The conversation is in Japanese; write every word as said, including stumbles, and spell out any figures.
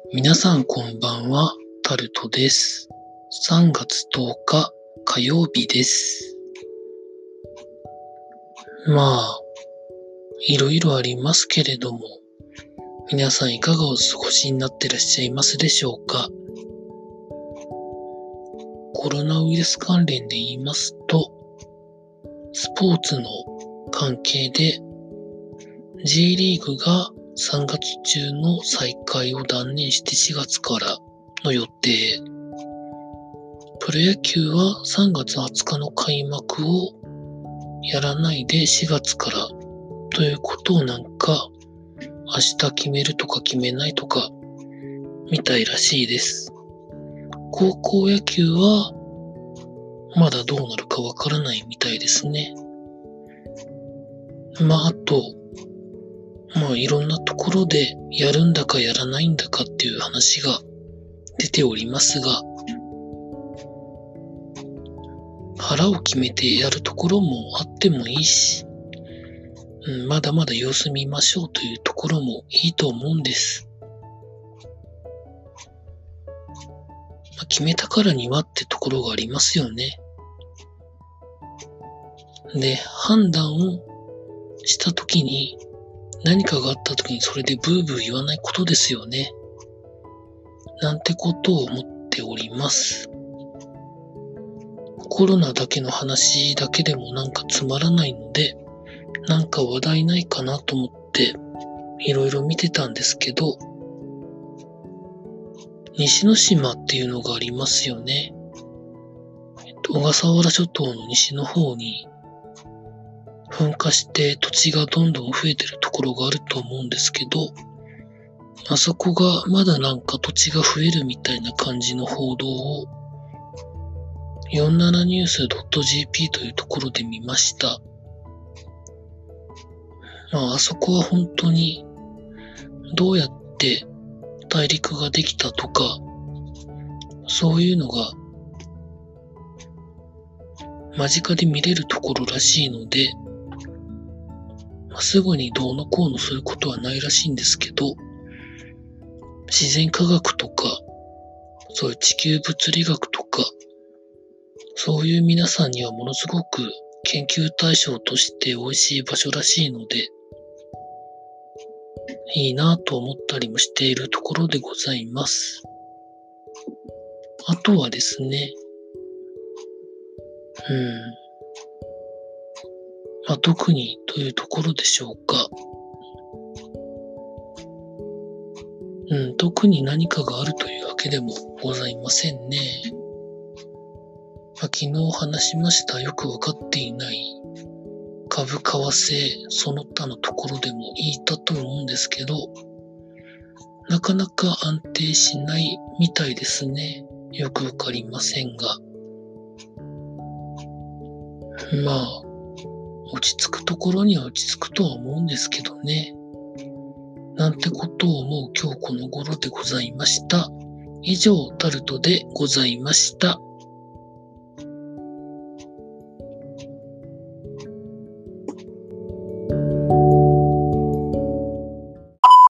皆さんこんばんは、タルトです。さんがつとおか火曜日です。まあ、いろいろありますけれども、皆さんいかがお過ごしになってらっしゃいますでしょうか。コロナウイルス関連で言いますと、スポーツの関係で J リーグがさんがつ中の再開を断念してしがつからの予定。プロ野球はさんがつはつかの開幕をやらないでしがつからということをなんか明日決めるとか決めないとかみたいらしいです。高校野球はまだどうなるかわからないみたいですね。まああと、まあいろんなところでやるんだかやらないんだかっていう話が出ておりますが、腹を決めてやるところもあってもいいし、うん、まだまだ様子見ましょうというところもいいと思うんです。まあ、決めたからにはってところがありますよね。で、判断をしたときに何かがあったときにそれでブーブー言わないことですよね。なんてことを思っております。コロナだけの話だけでもなんかつまらないので、なんか話題ないかなと思っていろいろ見てたんですけど、西之島っていうのがありますよね。えっと、小笠原諸島の西の方に噴火して土地がどんどん増えてるところがあると思うんですけど、あそこがまだなんか土地が増えるみたいな感じの報道を よんじゅうななニュースドットジーピー というところで見ました。まあ、あそこは本当にどうやって大陸ができたとか、そういうのが間近で見れるところらしいので、まあ、すぐにどうのこうのすることはないらしいんですけど、自然科学とか、そういう地球物理学とか、そういう皆さんにはものすごく研究対象として美味しい場所らしいので、いいなぁと思ったりもしているところでございます。あとはですね、うん。まあ、特にというところでしょうか。うん、特に何かがあるというわけでもございませんね。まあ、昨日話しましたよくわかっていない株、為替、その他のところでも言ったと思うんですけど、なかなか安定しないみたいですね。よくわかりませんが。まあ、落ち着くところには落ち着くとは思うんですけどね。なんてことを思う今日この頃でございました。以上、タルトでございました。